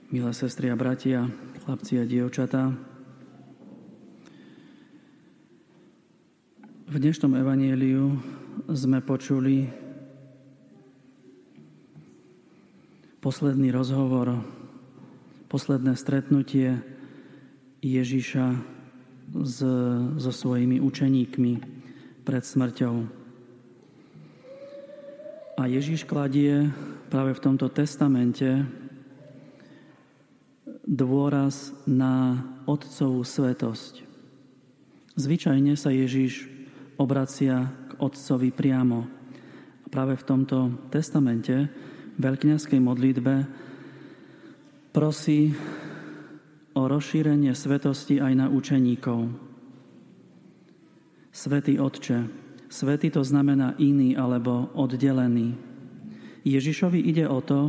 Milé sestry a bratia, chlapci a dievčatá, v dnešnom evanjeliu sme počuli posledný rozhovor, posledné stretnutie Ježiša so svojimi učeníkmi pred smrťou. A Ježiš kladie práve v tomto testamente dôraz na Otcovú svätosť. Zvyčajne sa Ježiš obracia k Otcovi priamo. A práve v tomto testamente, veľkňazskej modlitbe, prosí o rozšírenie svetosti aj na učeníkov. Svätý Otče, svätý to znamená iný alebo oddelený. Ježišovi ide o to,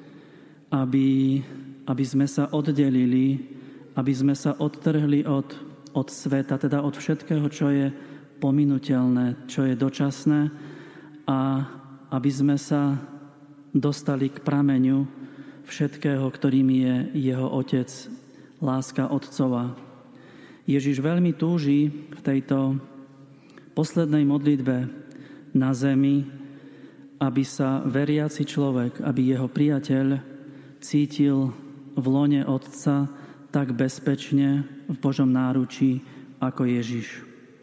aby sme sa oddelili, aby sme sa odtrhli od sveta, teda od všetkého, čo je pominuteľné, čo je dočasné, a aby sme sa dostali k prameňu všetkého, ktorým je jeho Otec, láska Otcova. Ježiš veľmi túži v tejto poslednej modlitbe na zemi, aby sa veriaci človek, aby jeho priateľ cítil v lone Otca tak bezpečne v Božom náručí ako Ježiš.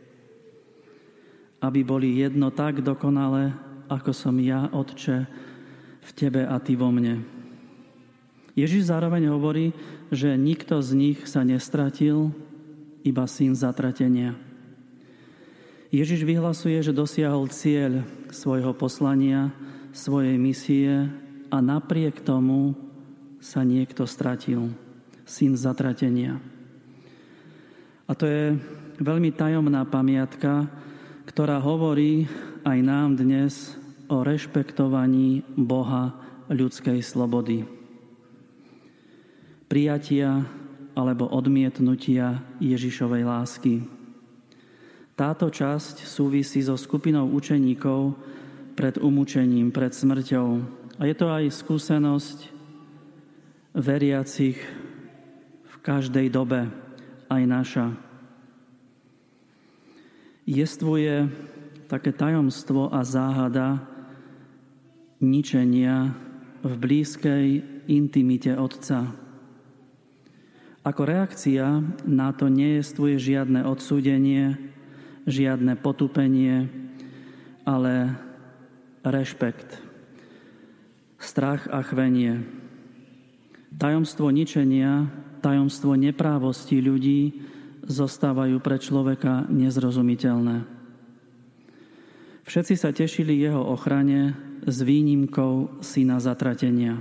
Aby boli jedno tak dokonale, ako som ja, Otče, v Tebe a Ty vo mne. Ježiš zároveň hovorí, že nikto z nich sa nestratil, iba syn zatratenia. Ježiš vyhlasuje, že dosiahol cieľ svojho poslania, svojej misie, a napriek tomu sa niekto stratil, syn zatratenia. A to je veľmi tajomná pamiatka, ktorá hovorí aj nám dnes o rešpektovaní Boha ľudskej slobody. Prijatia alebo odmietnutia Ježišovej lásky. Táto časť súvisí so skupinou učeníkov pred umúčením, pred smrťou. A je to aj skúsenosť veriacich v každej dobe, aj naša. Jestvuje také tajomstvo a záhada ničenia v blízkej intimite Otca. Ako reakcia na to nejestvuje žiadne odsúdenie, žiadne potupenie, ale rešpekt, strach a chvenie. Tajomstvo ničenia, tajomstvo neprávosti ľudí zostávajú pre človeka nezrozumiteľné. Všetci sa tešili jeho ochrane s výnimkou syna zatratenia.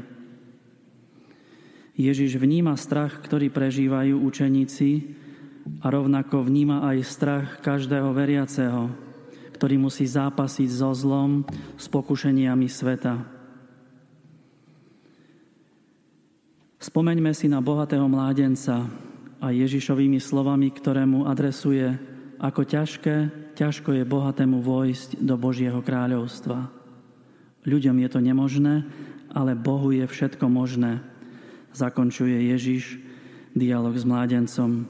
Ježiš vníma strach, ktorý prežívajú učeníci, a rovnako vníma aj strach každého veriaceho, ktorý musí zápasiť so zlom, s pokušeniami sveta. Spomeňme si na bohatého mládenca a Ježišovými slovami, ktoré mu adresuje: ako ťažko je bohatému vojsť do Božieho kráľovstva. Ľuďom je to nemožné, ale Bohu je všetko možné. Zakončuje Ježiš dialog s mládencom.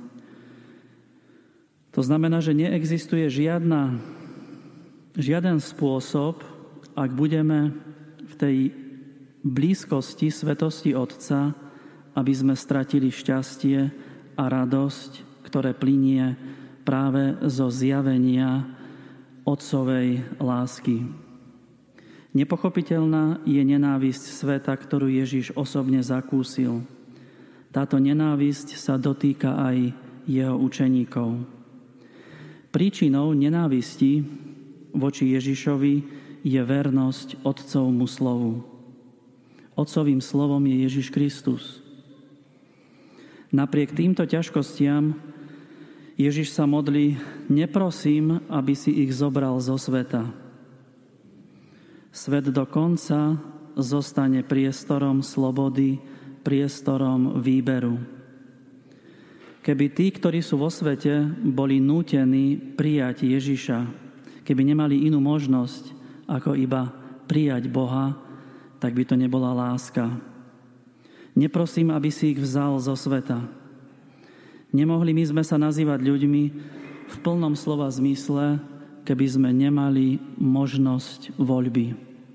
To znamená, že neexistuje žiaden spôsob, ak budeme v tej blízkosti svetosti Otca, aby sme stratili šťastie a radosť, ktoré plynie práve zo zjavenia Otcovej lásky. Nepochopiteľná je nenávisť sveta, ktorú Ježiš osobne zakúsil. Táto nenávisť sa dotýka aj jeho učeníkov. Príčinou nenávisti voči Ježišovi je vernosť Otcovmu slovu. Otcovým slovom je Ježiš Kristus. Napriek týmto ťažkostiam Ježiš sa modlí: neprosím, aby si ich zobral zo sveta. Svet dokonca zostane priestorom slobody, priestorom výberu. Keby tí, ktorí sú vo svete, boli nútení prijať Ježiša, keby nemali inú možnosť, ako iba prijať Boha, tak by to nebola láska. Neprosím, aby si ich vzal zo sveta. Nemohli my sme sa nazývať ľuďmi v plnom slova zmysle, keby sme nemali možnosť voľby.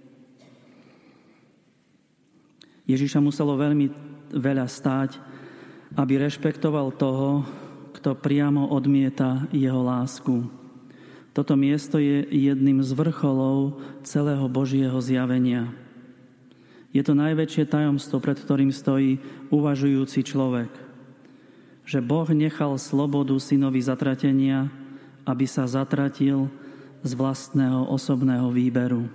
Ježiša muselo veľmi veľa stáť, aby rešpektoval toho, kto priamo odmieta jeho lásku. Toto miesto je jedným z vrcholov celého Božieho zjavenia. Je to najväčšie tajomstvo, pred ktorým stojí uvažujúci človek. Že Boh nechal slobodu synovi zatratenia, aby sa zatratil z vlastného osobného výberu.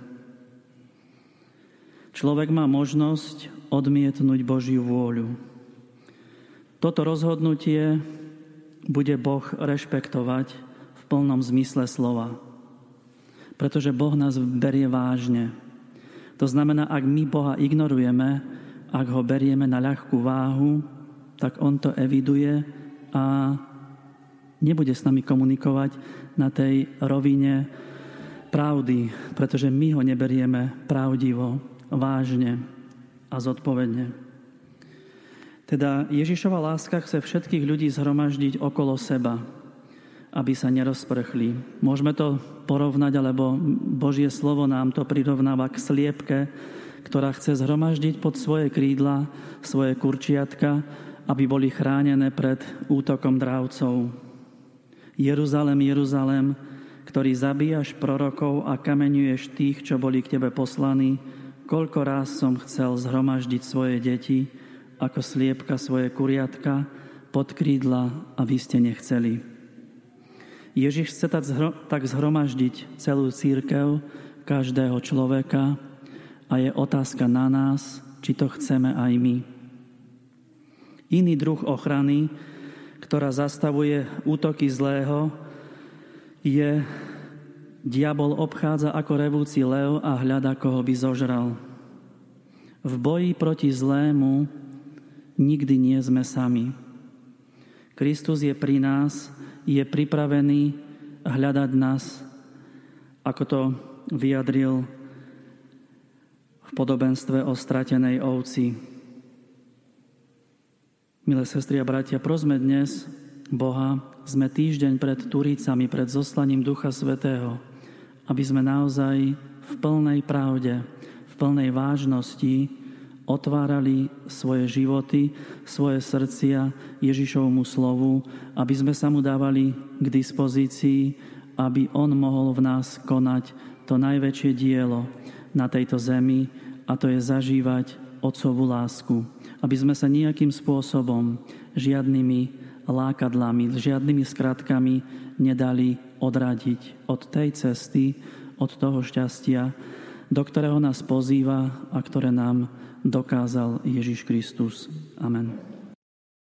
Človek má možnosť odmietnúť Božiu vôľu. Toto rozhodnutie bude Boh rešpektovať v plnom zmysle slova. Pretože Boh nás berie vážne. To znamená, ak my Boha ignorujeme, ak ho berieme na ľahkú váhu, tak on to eviduje a nebude s nami komunikovať na tej rovine pravdy, pretože my ho neberieme pravdivo, vážne a zodpovedne. Teda Ježišova láska chce všetkých ľudí zhromaždiť okolo seba, aby sa nerozprchli. Môžeme to porovnať, alebo Božie slovo nám to prirovnáva k sliepke, ktorá chce zhromaždiť pod svoje krídla svoje kurčiatka, aby boli chránené pred útokom dravcov. Jeruzalém, Jeruzalém, ktorý zabíjaš prorokov a kameňuješ tých, čo boli k tebe poslaní, koľko raz som chcel zhromaždiť svoje deti, ako sliepka svoje kuriatka, pod krídla a vy ste nechceli. Ježiš chce tak zhromaždiť celú cirkev, každého človeka a je otázka na nás, či to chceme aj my. Iný druh ochrany, ktorá zastavuje útoky zlého, je diabol obchádza ako revúci lev a hľada, koho by zožral. V boji proti zlému nikdy nie sme sami. Kristus je pri nás, je pripravený hľadať nás, ako to vyjadril v podobenstve o stratenej ovci. Milé sestry a bratia, prosme dnes Boha, sme týždeň pred Turícami, pred zoslaním Ducha Svätého, aby sme naozaj v plnej pravde, v plnej vážnosti otvárali svoje životy, svoje srdcia Ježišovmu slovu, aby sme sa mu dávali k dispozícii, aby on mohol v nás konať to najväčšie dielo na tejto zemi, a to je zažívať Otcovú lásku. Aby sme sa nejakým spôsobom, žiadnymi lákadlami, žiadnymi skratkami nedali odradiť od tej cesty, od toho šťastia, do ktorého nás pozýva a ktoré nám dokázal Ježiš Kristus. Amen.